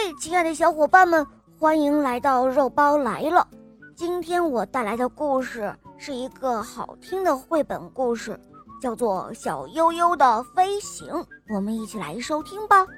亲爱的小伙伴们，欢迎来到肉包来了。今天我带来的故事是一个好听的绘本故事，叫做《小悠悠的飞行》。我们一起来收听吧。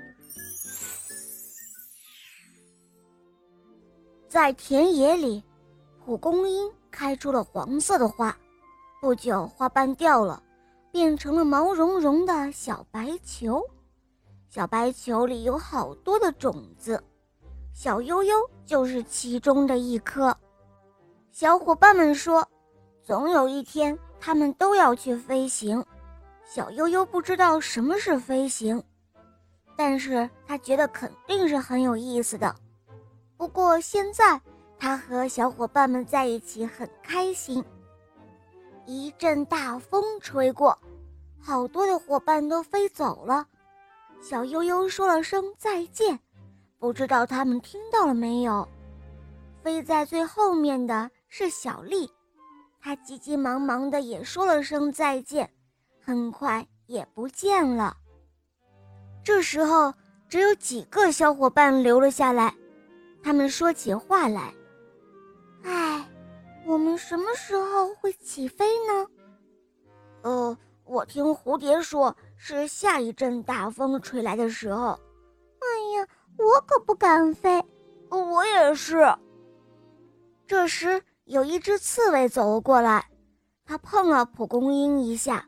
在田野里，蒲公英开出了黄色的花，不久花瓣掉了，变成了毛茸茸的小白球。小白球里有好多的种子，小悠悠就是其中的一颗。小伙伴们说，总有一天他们都要去飞行。小悠悠不知道什么是飞行，但是他觉得肯定是很有意思的。不过现在他和小伙伴们在一起很开心。一阵大风吹过，好多的伙伴都飞走了。小悠悠说了声再见，不知道他们听到了没有。飞在最后面的是小丽，她急急忙忙的也说了声再见，很快也不见了。这时候只有几个小伙伴留了下来，他们说起话来：我们什么时候会起飞呢？我听蝴蝶说是下一阵大风吹来的时候。我可不敢飞。我也是。这时有一只刺猬走了过来，它碰了蒲公英一下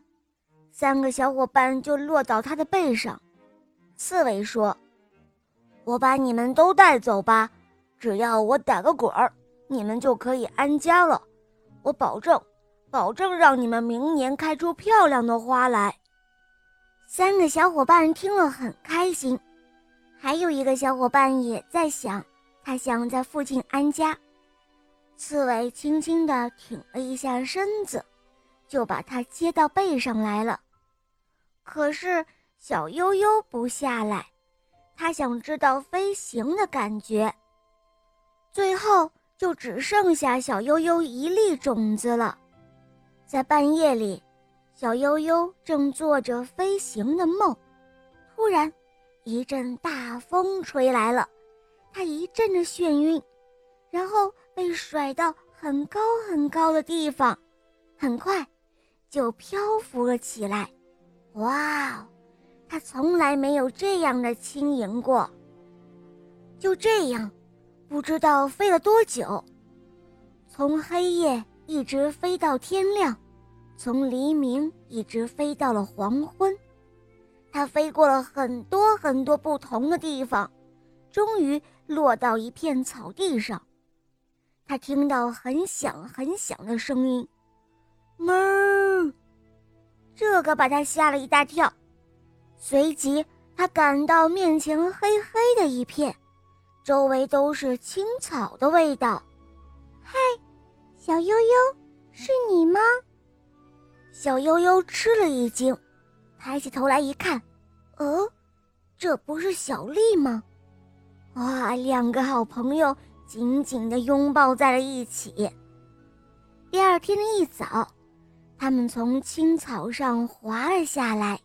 ，3个小伙伴就落到它的背上。刺猬说：我把你们都带走吧，只要我打个滚儿，你们就可以安家了。我保证让你们明年开出漂亮的花来。3个小伙伴听了很开心，还有一个小伙伴也在想，他想在附近安家。刺猬轻轻地挺了一下身子，就把它接到背上来了。可是小悠悠不下来，他想知道飞行的感觉。最后就只剩下小悠悠一粒种子了。在半夜里，小悠悠正做着飞行的梦，突然一阵大风吹来了，他一阵的眩晕，然后被甩到很高很高的地方，很快就漂浮了起来。哇，他从来没有这样的轻盈过。就这样，不知道飞了多久，从黑夜一直飞到天亮，从黎明一直飞到了黄昏。他飞过了很多很多不同的地方，终于落到一片草地上。他听到很响很响的声音，哞，这个把他吓了一大跳。随即他感到面前黑黑的一片，周围都是青草的味道。嗨，小悠悠，是你吗？小悠悠吃了一惊，抬起头来一看，这不是小丽吗？哇，2个好朋友紧紧地拥抱在了一起。第二天的一早，他们从青草上滑了下来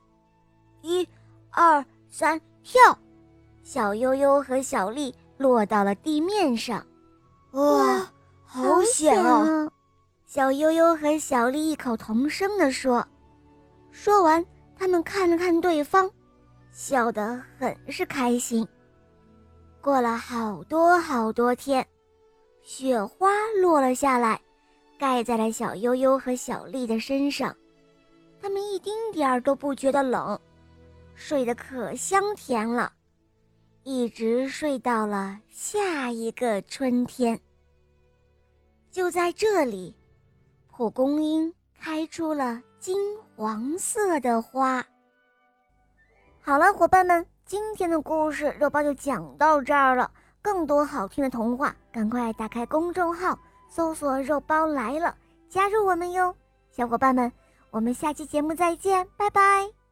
，1、2、3，跳！小悠悠和小丽落到了地面上。哇，好险啊！小悠悠和小丽异口同声地说。说完，他们看了看对方，笑得很是开心。过了好多好多天，雪花落了下来，盖在了小悠悠和小丽的身上。他们一丁点儿都不觉得冷，睡得可香甜了，一直睡到了下一个春天。就在这里，蒲公英开出了金黄色的花。好了，伙伴们，今天的故事肉包就讲到这儿了。更多好听的童话，赶快打开公众号，搜索肉包来了，加入我们哟。小伙伴们，我们下期节目再见，拜拜。